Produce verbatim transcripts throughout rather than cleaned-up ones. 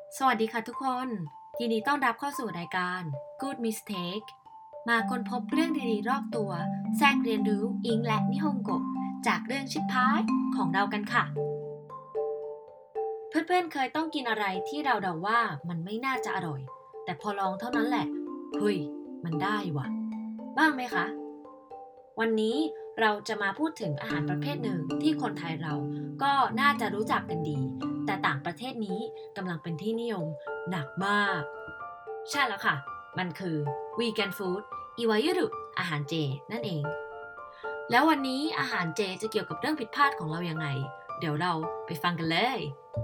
สวัสดีค่ะทุกคนยินดีต้อนรับเข้าสู่รายการ Good Mistake มาค้นพบเรื่องดีๆรอบตัวแทรกเรียนรู้อิงและนิฮงโกะจากเรื่องชิปพายของเรากันค่ะเพื่อนๆเคยต้องกินอะไรที่เราเดาว่ามันไม่น่าจะอร่อยแต่พอลองเท่านั้นแหละเฮ้ยมันได้ว่ะบ้างไหมคะวันนี้เราจะมาพูดถึงอาหารประเภทหนึ่งที่คนไทยเราก็น่าจะรู้จักกันดีแต่ต่างประเทศนี้กำลังเป็นที่นิยมหนักมากใช่แล้วค่ะมันคือ Vegan Food いわゆるอาหารเจนั่นเองแล้ววันนี้อาหารเจจะเกี่ยวกับเรื่องผิดพลาดของเรายังไงเดี๋ยวเราไปฟังกันเลย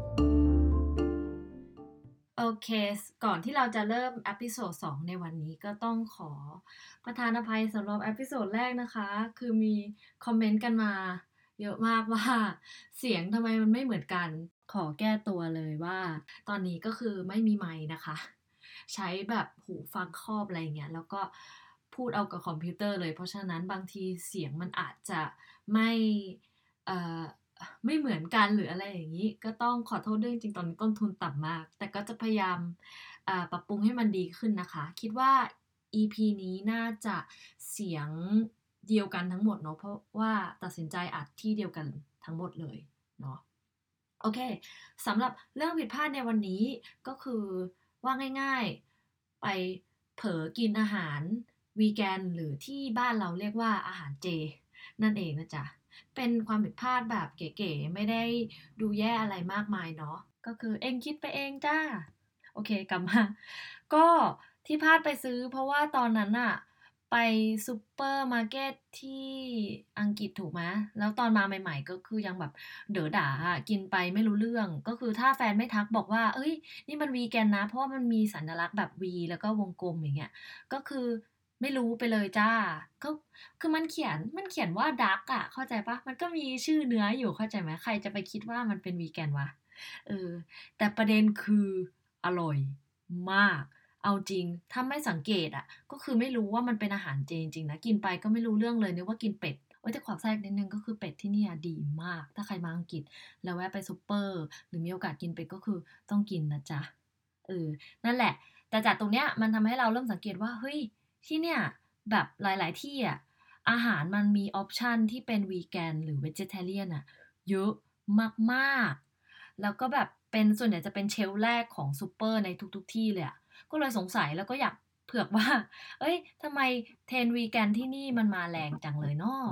โอเคก่อนที่เราจะเริ่มเอพิโซดสองในวันนี้ก็ต้องขอประทานอภัยสำหรับเอพิโซดแรกนะคะคือมีคอมเมนต์กันมาเยอะมากว่าเสียงทำไมมันไม่เหมือนกันขอแก้ตัวเลยว่าตอนนี้ก็คือไม่มีไมค์นะคะใช้แบบหูฟังครอบอะไรเงี้ยแล้วก็พูดเอากับคอมพิวเตอร์เลยเพราะฉะนั้นบางทีเสียงมันอาจจะไม่เอ่อ ไม่เหมือนกันหรืออะไรอย่างนี้ก็ต้องขอโทษด้วยจริงๆตอนนี้ต้นทุนต่ำมากแต่ก็จะพยายามอ่าปรับปรุงให้มันดีขึ้นนะคะคิดว่า อี พี นี้น่าจะเสียงเดียวกันทั้งหมดเนาะเพราะว่าตัดสินใจอัดที่เดียวกันทั้งหมดเลยเนาะโอเคสำหรับเรื่องผิดพลาดในวันนี้ก็คือว่าง่ายๆไปเผลอกินอาหารวีแกนหรือที่บ้านเราเรียกว่าอาหารเจนั่นเองนะจ๊ะ เป็นความผิดพลาดแบบเก๋ๆไม่ได้ดูแย่อะไรมากมายเนาะก็คือเองคิดไปเองจ้าโอเคกลับมาก็ที่พลาดไปซื้อเพราะว่าตอนนั้นน่ะไปซูเปอร์มาร์เก็ตที่อังกฤษถูกไหมแล้วตอนมาใหม่ๆก็คือยังแบบเด๋อด่าอะกินไปไม่รู้เรื่องก็คือถ้าแฟนไม่ทักบอกว่าเอ้ยนี่มันวีแกนนะเพราะว่ามันมีสัญลักษณ์แบบวีแล้วก็วงกลมอย่างเงี้ยก็คือไม่รู้ไปเลยจ้าก็ คือมันเขียนมันเขียนว่าดักอะเข้าใจปะมันก็มีชื่อเนื้ออยู่เข้าใจไหมใครจะไปคิดว่ามันเป็นวีแกนวะเออแต่ประเด็นคืออร่อยมากเอาจริงถ้าไม่สังเกตอะก็คือไม่รู้ว่ามันเป็นอาหารเจจริงๆนะกินไปก็ไม่รู้เรื่องเลยนึกว่ากินเป็ดเอ้ยแต่ขอแทรกนิดนึงก็คือเป็ดที่เนี่ยดีมากถ้าใครมาอังกฤษแล้วแวะไปซูเปอร์หรือมีโอกาสกินเป็ดก็คือต้องกินนะจ๊ะเออนั่นแหละแต่จากตรงเนี้ยมันทำให้เราเริ่มสังเกตว่าเฮ้ยที่เนี่ยแบบหลายๆที่อะ อาหารมันมีออปชันที่เป็นวีแกนหรือ vegetarian อะเยอะมากๆแล้วก็แบบเป็นส่วนใหญ่จะเป็นเชลฟ์แรกของซูเปอร์ในทุกๆที่เลยอะก็เลยสงสัยแล้วก็อยากเผือกว่าเอ้ยทำไมเทรนด์วีแกนที่นี่มันมาแรงจังเลยเนาะ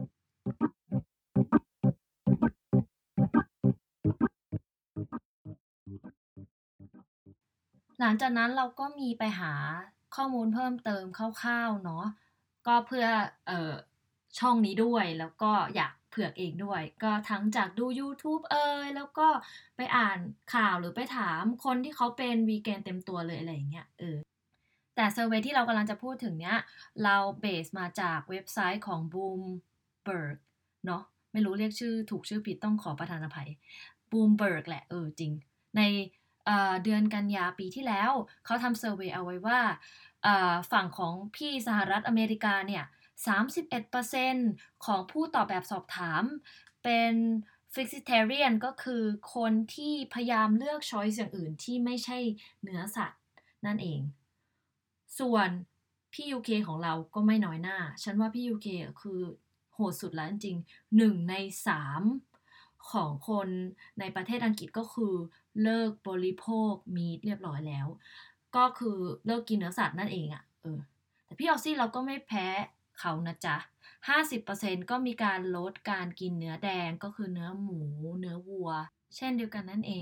หลังจากนั้นเราก็มีไปหาข้อมูลเพิ่มเติมคร่าวๆเนาะก็เพื่อเอ่อช่องนี้ด้วยแล้วก็อยากเผือกเองด้วยก็ทั้งจากดูยูทูบเอยแล้วก็ไปอ่านข่าวหรือไปถามคนที่เขาเป็น Vegan เต็มตัวเลยอะไรอย่างเงี้ยเออ แต่เซอร์เวย์ที่เรากำลังจะพูดถึงเนี้ยเราเบสมาจากเว็บไซต์ของ Bloomberg เนาะไม่รู้เรียกชื่อถูกชื่อผิดต้องขอประทานอภัย Bloomberg แหละเออจริงในเอ่อเดือนกันยาปีที่แล้วเขาทำเซอร์เวย์เอาไว้ว่าเอ่อฝั่งของพี่สหรัฐอเมริกาเนี่ยสามสิบเอ็ดเปอร์เซ็นต์ของผู้ตอบแบบสอบถามเป็น flexitarian ก็คือคนที่พยายามเลือก choice อย่างอื่นที่ไม่ใช่เนื้อสัตว์นั่นเอง ส่วนพี่ ยู เค ของเราก็ไม่น้อยหน้า ฉันว่าพี่ ยู เค อะคือโหดสุดแล้วจริงๆหนึ่งในสามของคนในประเทศอังกฤษก็คือเลิกบริโภคมีทเรียบร้อยแล้ว ก็คือเลิกกินเนื้อสัตว์นั่นเองอะเออแต่พี่ออซซี่เราก็ไม่แพ้เขานะจ๊ะห้าสิบเปอร์เซ็นต์ก็มีการลดการกินเนื้อแดงก็คือเนื้อหมูเนื้อวัวเช่นเดียวกันนั่นเอง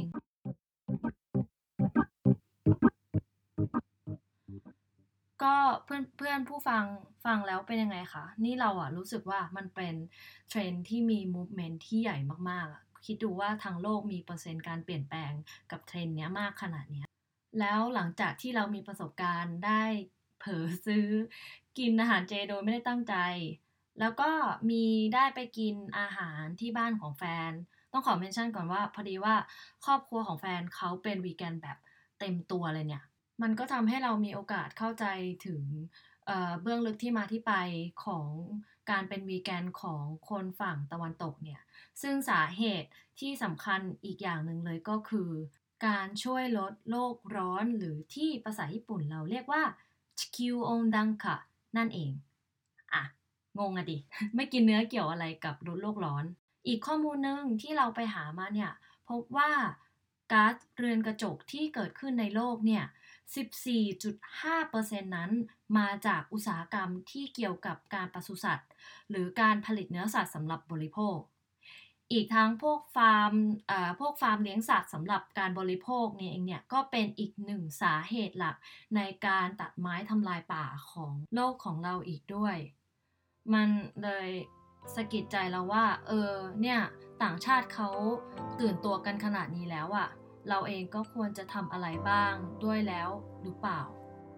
ก็เพื่อนเพื่อนผู้ฟังฟังแล้วเป็นยังไงคะนี่เราอะรู้สึกว่ามันเป็น trend ที่มี movement ที่ใหญ่มากๆอะคิดดูว่าทั้งโลกมีเปอร์เซ็นต์การเปลี่ยนแปลงกับ trend เนี้ยมากขนาดเนี้ยแล้วหลังจากที่เรามีประสบการณ์ได้เผลอซื้อกินอาหารเจโดยไม่ได้ตั้งใจแล้วก็มีได้ไปกินอาหารที่บ้านของแฟนต้องขอเมนชั่นก่อนว่าพอดีว่าครอบครัวของแฟนเขาเป็นวีแกนแบบเต็มตัวเลยเนี่ย มันก็ทำให้เรามีโอกาสเข้าใจถึงเอ่อเบื้องลึกที่มาที่ไปของการเป็นวีแกนของคนฝั่งตะวันตกเนี่ยซึ่งสาเหตุที่สำคัญอีกอย่างหนึ่งเลยก็คือการช่วยลดโลกร้อนหรือที่ภาษาญี่ปุ่นเราเรียกว่าชิคิวอนดังคะนั่นเองอ่ะงงอะดิ ไม่กินเนื้อเกี่ยวอะไรกับลดโลกร้อนอีกข้อมูลหนึ่งที่เราไปหามาเนี่ยพบว่าก๊าซเรือนกระจกที่เกิดขึ้นในโลกเนี่ย สิบสี่จุดห้าเปอร์เซ็นต์ นต์นั้นมาจากอุตสาหกรรมที่เกี่ยวกับการปศุสัตว์หรือการผลิตเนื้อสัตว์สำหรับบริโภค อีกทั้งพวกฟาร์มเอ่อพวกฟาร์มเลี้ยงสัตว์สำหรับการบริโภคเนี่ยเองเนี่ยก็เป็นอีกหนึ่งสาเหตุหลักในการตัดไม้ทำลายป่าของโลกของเราอีกด้วย มันเลยสะกิดใจเราว่าเออเนี่ยต่างชาติเขาตื่นตัวกันขนาดนี้แล้วอะเราเองก็ควรจะทำอะไรบ้างด้วยแล้วหรือเปล่า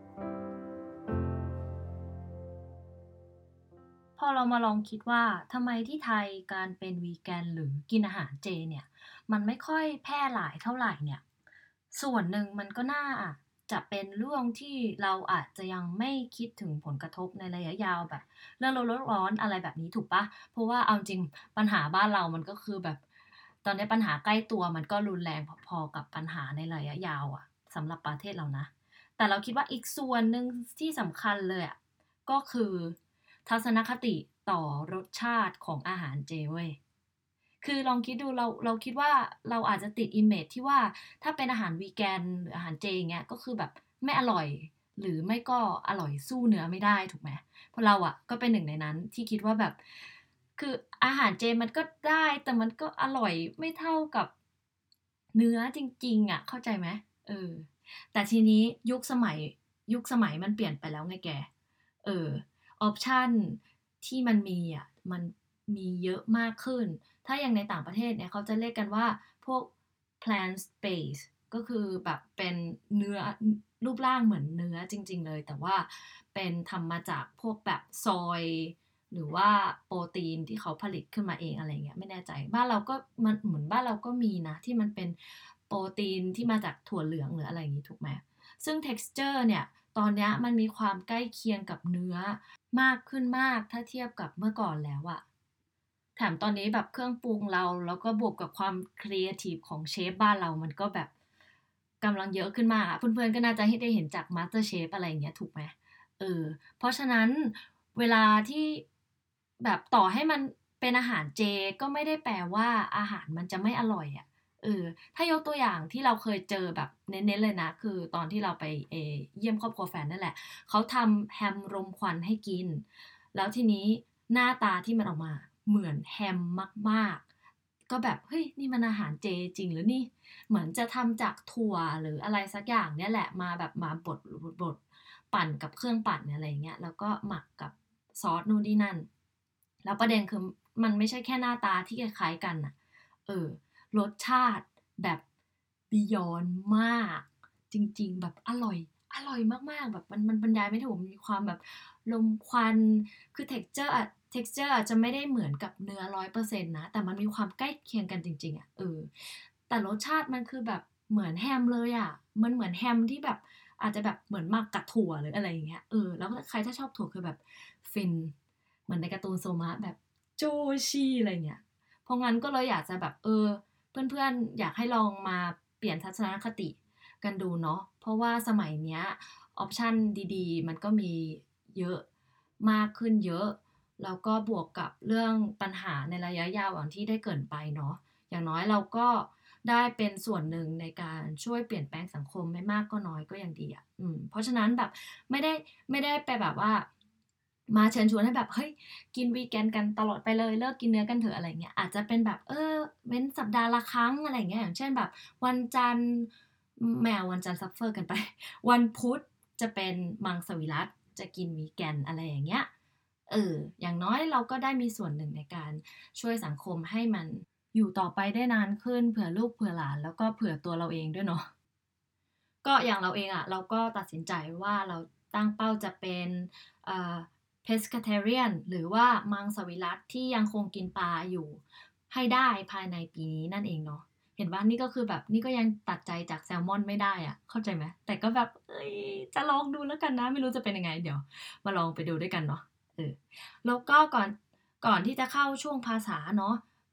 พอเรามาลองคิดว่าทำไมที่ไทยการเป็นวีแกนหรือกินอาหารเจเนี่ยมันไม่ค่อยแพร่หลายเท่าไหร่เนี่ยส่วนหนึ่งมันก็น่าจะเป็นเรื่องที่เราอาจจะยังไม่คิดถึงผลกระทบในระยะยาวแบบเรื่องโลกร้อนอะไรแบบนี้ถูกปะเพราะว่าเอาจริงปัญหาบ้านเรามันก็คือแบบตอนนี้ปัญหาใกล้ตัวมันก็รุนแรงพอๆกับปัญหาในระยะยาวอะสำหรับประเทศเรานะแต่เราคิดว่าอีกส่วนหนึ่งที่สำคัญเลยอะ ก็คือทัศนคติต่อรสชาติของอาหารเจเว้ยคือลองคิดดูเราเราคิดว่าเราอาจจะติด image ที่ว่าถ้าเป็นอาหารวีแกนหรืออาหารเจอย่างเงี้ยก็คือแบบไม่อร่อยหรือไม่ก็อร่อยสู้เนื้อไม่ได้ถูกไหมเพราะเราอะก็เป็นหนึ่งในนั้นที่คิดว่าแบบคืออาหารเจมันก็ได้แต่มันก็อร่อยไม่เท่ากับเนื้อจริงๆอะเข้าใจไหมเออแต่ทีนี้ยุคสมัยยุคสมัยมันเปลี่ยนไปแล้วไงแก เออออปชันที่มันมีอ่ะมันมีเยอะมากขึ้น ถ้าอย่างในต่างประเทศเนี่ยเขาจะเรียกกันว่าพวก plant based ก็คือแบบเป็นเนื้อรูปร่างเหมือนเนื้อจริงๆเลยแต่ว่าเป็นทำมาจากพวกแบบซอยหรือว่าโปรตีนที่เขาผลิตขึ้นมาเองอะไรเงี้ยไม่แน่ใจบ้านเราก็มันเหมือนบ้านเราก็มีนะที่มันเป็นโปรตีนที่มาจากถั่วเหลืองหรืออะไรอย่างงี้ถูกไหม ซึ่ง texture เนี่ยตอนเนี้ยมันมีความใกล้เคียงกับเนื้อมากขึ้นมากถ้าเทียบกับเมื่อก่อนแล้วอะแถมตอนนี้แบบเครื่องปรุงเราแล้วก็บวกกับความครีเอทีฟของเชฟบ้านเรามันก็แบบกำลังเยอะขึ้นมากอะเพื่อนๆก็น่าจะให้ได้เห็นจาก MasterChef อะไรอย่างเงี้ยถูกไหมเออเพราะฉะนั้นเวลาที่แบบต่อให้มันเป็นอาหารเจก็ไม่ได้แปลว่าอาหารมันจะไม่อร่อยอะ เออถ้ายกตัวอย่างที่เราเคยเจอแบบเน้นๆเลยนะคือตอนที่เราไปเออเยี่ยมครอบครัวแฟนนั่นแหละเขาทำแฮมรมควันให้กินแล้วทีนี้หน้าตาที่มันออกมาเหมือนแฮมมากๆก็แบบเฮ้ยนี่มันอาหารเจจริงหรือนี่เหมือนจะทำจากถั่วหรืออะไรสักอย่างเนี่ยแหละมาแบบมาบดบดบดปั่นกับเครื่องปั่นอะไรอย่างเงี้ยแล้วก็หมักกับซอสนู่นนี่นั่นแล้วประเด็นคือมันไม่ใช่แค่หน้าตาที่คล้ายๆกันอะเออ รสชาติแบบบียอนมากจริงๆแบบอร่อยอร่อยมากๆแบบมันมันบรรยายไม่ถูกมันมีความแบบลมควันคือ texture อะ texture อาจจะไม่ได้เหมือนกับเนื้อร้อยเปอร์เซ็นต์นะแต่มันมีความใกล้เคียงกันจริงๆอะเออแต่รสชาติมันคือแบบเหมือนแฮมเลยอะมันเหมือนแฮมที่แบบอาจจะแบบเหมือนหมักกับถั่วหรืออะไรอย่างเงี้ยเออแล้วใครถ้าชอบถั่วคือแบบฟินเหมือนในการ์ตูนโซมะแบบโจชีอะไรเงี้ยเพราะงั้นก็เลยอยากจะแบบเออ เพื่อนๆอยากให้ลองมาเปลี่ยนทัศนคติกันดูเนาะเพราะว่าสมัยเนี้ยออปชันดีๆมันก็มีเยอะมากขึ้นเยอะแล้วก็บวกกับเรื่องปัญหาในระยะยาวอย่างที่ได้เกริ่นไปเนาะอย่างน้อยเราก็ได้เป็นส่วนหนึ่งในการช่วยเปลี่ยนแปลงสังคมไม่มากก็น้อยก็ยังดีอะอืมเพราะฉะนั้นแบบไม่ได้ไม่ได้ไปแบบว่ามาเชิญชวนให้แบบเฮ้ย กินวีแกนกันตลอดไปเลยเลิกกินเนื้อกันเถอะอะไรเงี้ยอาจจะเป็นแบบเออเว้นสัปดาห์ละครั้งอะไรเงี้ยอย่างเช่นแบบวันจันทร์แมววันจันทร์ซัฟเฟอร์กันไปวันพุธจะเป็นมังสวิรัติจะกินวีแกนอะไรอย่างเงี้ยเอออย่างน้อยเราก็ได้มีส่วนหนึ่งในการช่วยสังคมให้มันอยู่ต่อไปได้นานขึ้นเผื่อลูกเผื่อหลานแล้วก็เผื่อตัวเราเองด้วยเนาะ ก็อย่างเราเองอะเราก็ตัดสินใจว่าเราตั้งเป้าจะเป็นเอ่อ pescatarian หรือว่ามังสวิรัติที่ยังคงกินปลาอยู่ให้ได้ภายในปีนี้นั่นเองเนาะเห็นว่านี่ก็คือแบบนี่ก็ยังตัดใจจากแซลมอนไม่ได้อะเข้าใจไหมแต่ก็แบบเอ้ยจะลองดูแล้วกันนะไม่รู้จะเป็นยังไงเดี๋ยวมาลองไปดูด้วยกันเนาะเออแล้วก็ก่อนก่อนที่จะเข้าช่วงภาษาเนาะ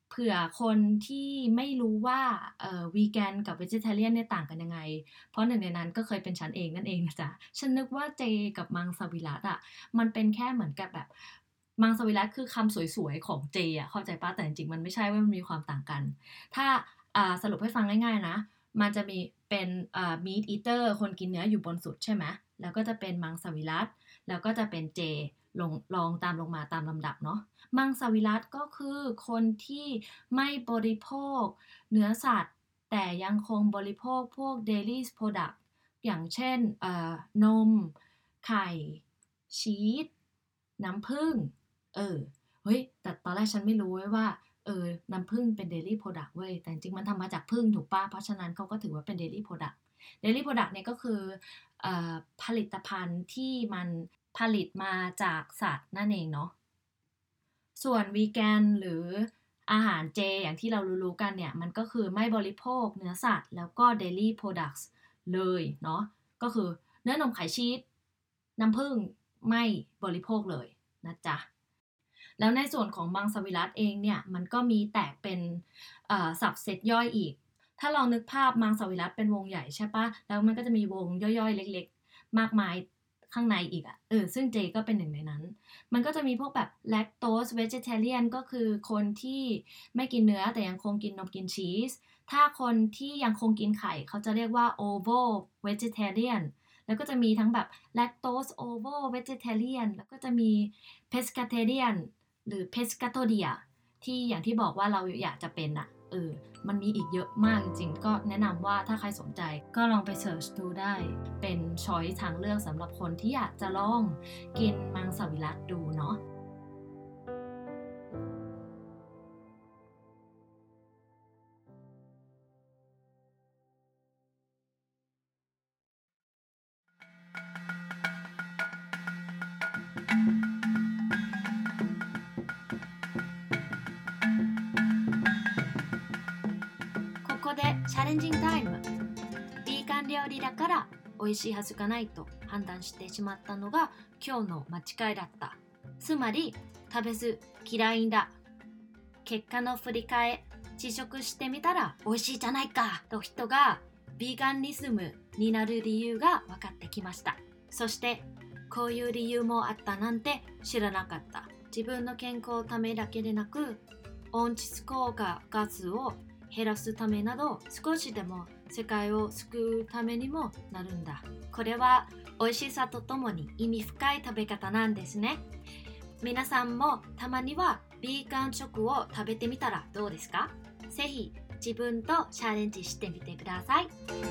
เผื่อคนที่ไม่รู้ว่าเอ่อ Vegan กับ Vegetarian เนี่ยต่างกันยังไง เพราะหนึ่งในนั้นก็เคยเป็นฉันเองนั่นเองนะจ๊ะ ฉันนึกว่าเจกับมังสวิรัติอะมันเป็นแค่เหมือนกับแบบมังสวิรัติคือคำสวยๆของเจอะเข้าใจเปล่า? แต่จริงๆมันไม่ใช่เว้ย มันมีความต่างกัน ถ้าอ่าสรุปให้ฟังง่ายๆนะ มันจะมีเป็นอ่า meat eater คนกินเนื้ออยู่บนสุดใช่ไหม แล้วก็จะเป็นมังสวิรัติ แล้วก็จะเป็นเจลงรองตามลงมาตามลำดับเนาะ มังสวิรัติก็คือคนที่ไม่บริโภคเนื้อสัตว์ แต่ยังคงบริโภคพวก dairy product อย่างเช่นเอ่อนม ไข่ ชีส น้ำผึ้ง เออ เฮ้ย แต่ตอนแรกฉันไม่รู้เว้ยว่า เออ น้ำผึ้งเป็น dairy product เว้ย แต่จริงๆมันทำมาจากผึ้งถูกเปล่า? เพราะฉะนั้นเขาก็ถือว่าเป็น dairy product dairy product เนี่ยก็คือเอ่อผลิตภัณฑ์ที่มันผลิตมาจากสัตว์นั่นเองเนาะ ส่วน Vegan หรืออาหารเจอย่างที่เรารู้ๆกันเนี่ย มันก็คือไม่บริโภคเนื้อสัตว์ แล้วก็ dairy products เลยเนาะ ก็คือเนื้อ นม ไข่ ชีส น้ำผึ้งไม่บริโภคเลยนะจ๊ะ แล้วในส่วนของมังสวิรัติเองเนี่ย มันก็มีแตกเป็นเอ่อ subset ย่อยอีก ถ้าลองนึกภาพมังสวิรัติเป็นวงใหญ่ใช่เปล่า? แล้วมันก็จะมีวงย่อยๆ เล็กๆ มากมายข้างในอีกอะ เออ ซึ่งเจก็เป็นหนึ่งในนั้น มันก็จะมีพวกแบบ lactose vegetarian ก็คือคนที่ไม่กินเนื้อแต่ยังคงกินนมกินชีส ถ้าคนที่ยังคงกินไข่เขาจะเรียกว่า ovo vegetarian แล้วก็จะมีทั้งแบบ lactose ovo vegetarian แล้วก็จะมี pescatarian หรือ pescatoria ที่อย่างที่บอกว่าเราอยากจะเป็นน่ะ เออ มันมีอีกเยอะมากจริงๆ ก็แนะนำว่าถ้าใครสนใจก็ลองไปเซิร์ชดูได้ เป็น ชอยซ์ ทางเลือกสำหรับคนที่อยากจะลองกินมังสวิรัติดูเนาะ ここでチャレンジングタイム。ビーガン料理だから美味しいはずがないと判断してしまったのが今日の間違いだった。つまり食べず嫌いだ。結果の振り替え、試食してみたら美味しいじゃないかと人がビーガンリズムになる理由が分かってきました。そしてこういう理由もあったなんて知らなかった。自分の健康のためだけでなく温室効果ガスを減らすためなど少しでも世界を救うためにもなるんだ。これは美味しさとともに意味深い食べ方なんですね。皆さんもたまにはビーガン食を食べてみたらどうですか？ぜひ自分とチャレンジしてみてください。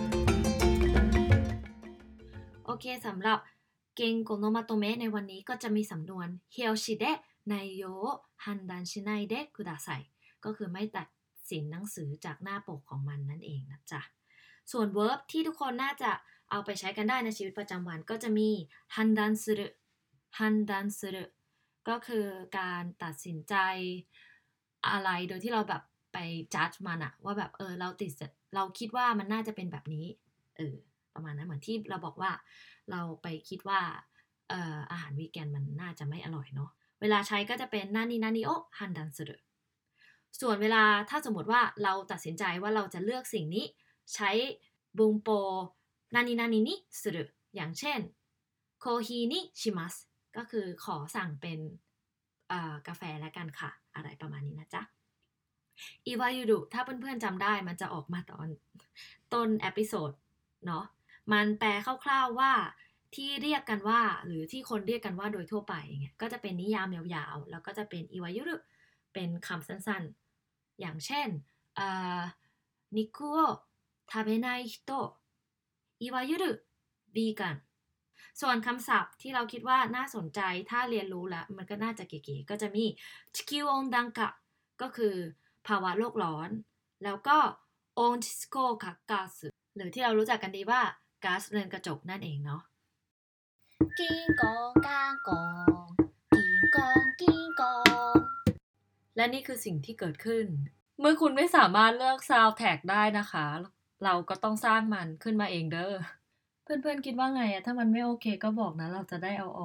โอเคสำหรับเกงโกโนมาโตเมะในวันนี้ก็จะมีสำนวนเฮียวชิเดะไนโยฮันดันชิไนเดะคุดาไซก็คือไม่ตัดสินหนังสือจากหน้าปกของมันนั่นเองนะจ๊ะ ส่วน verb ที่ทุกคนน่าจะเอาไปใช้กันได้ในชีวิตประจำวันก็จะมีฮันดันซึรุฮันดันซึรุก็คือการตัดสินใจอะไรโดยที่เราแบบไป judge มันอะว่าแบบเออเราติดเราคิดว่ามันน่าจะเป็นแบบนี้เออประมาณนั้นเหมือนที่เราบอกว่าเราไปคิดว่าเอ่ออาหารวีแกนมันน่าจะไม่อร่อยเนาะเวลาใช้ก็จะเป็นนานินานิโอฮันดันซึรุส่วนเวลาถ้าสมมติว่าเราตัดสินใจว่าเราจะเลือกสิ่งนี้ใช้บุงโปนานินานินิสึรุอย่างเช่นโคฮีนิชิมัสก็คือขอสั่งเป็นกาแฟแล้วกันค่ะอะไรประมาณนี้นะจ๊ะอีวายูรุถ้าเพื่อนๆจำได้มันจะออกมาตอนต้นเอพิโซดเนาะมันแปลคร่าวๆว่าที่เรียกกันว่าหรือที่คนเรียกกันว่าโดยทั่วไปอย่างเงี้ยก็จะเป็นนิยามยาวๆแล้วก็จะเป็นอีวายุรุเป็นคำสั้นๆอย่างเช่นนิคุโอทาเบไนฮิโตะอีวายุรุวีแกนส่วนคำศัพท์ที่เราคิดว่าน่าสนใจถ้าเรียนรู้แล้วมันก็น่าจะเก๋ๆก็จะมีชิคิวอนดังกะก็คือภาวะโลกร้อนแล้วก็โอนชิสโกคากาสึหรือที่เรารู้จักกันดีว่าก๊าซเรือนกระจกนั่นเองเนาะกิ้งกองก้างกองกิ้งกองกิ้งกองและนี่คือสิ่งที่เกิดขึ้นเมื่อคุณไม่สามารถเลือกซาวด์แท็กได้นะคะเราก็ต้องสร้างมันขึ้นมาเองเด้อเพื่อนๆคิดว่าไงอะถ้ามันไม่โอเคก็บอกนะเราจะได้เอาออก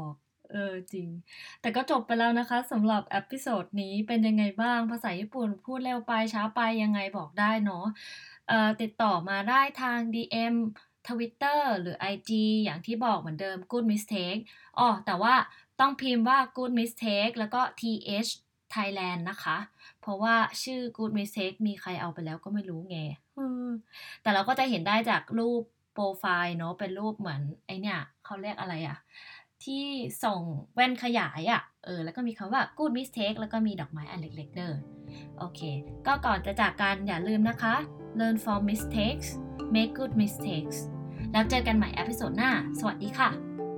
เออจริงแต่ก็จบไปแล้วนะคะสำหรับเอพิโซดนี้เป็นยังไงบ้างภาษาญี่ปุ่นพูดเร็วไปช้าไปยังไงบอกได้เนาะเอ่อติดต่อมาได้ทาง ดี เอ็ม Twitter หรือ ไอ จี อย่างที่บอกเหมือนเดิม Good Mistake อ้อแต่ว่าต้องพิมพ์ว่า Good Mistake แล้วก็ ที เอช Thailand นะคะเพราะว่าชื่อ Good Mistake มีใครเอาไปแล้วก็ไม่รู้ไงอืมแต่เราก็จะเห็นได้จากรูปโพรไฟล์เนาะเป็นรูปเหมือนไอ้เนี่ยเขาเรียกอะไรอะ ที่ส่องแว่นขยายอะ่ะเออแล้วก็มีคำว่า good mistake แล้วก็มีดอกไม้อันเล็กๆเด้อโอเคก็ก่อนจะจากกันอย่าลืมนะคะ learn from mistakes make good mistakes แล้วเจอกันใหม่เอพิโซดหน้าสวัสดีค่ะ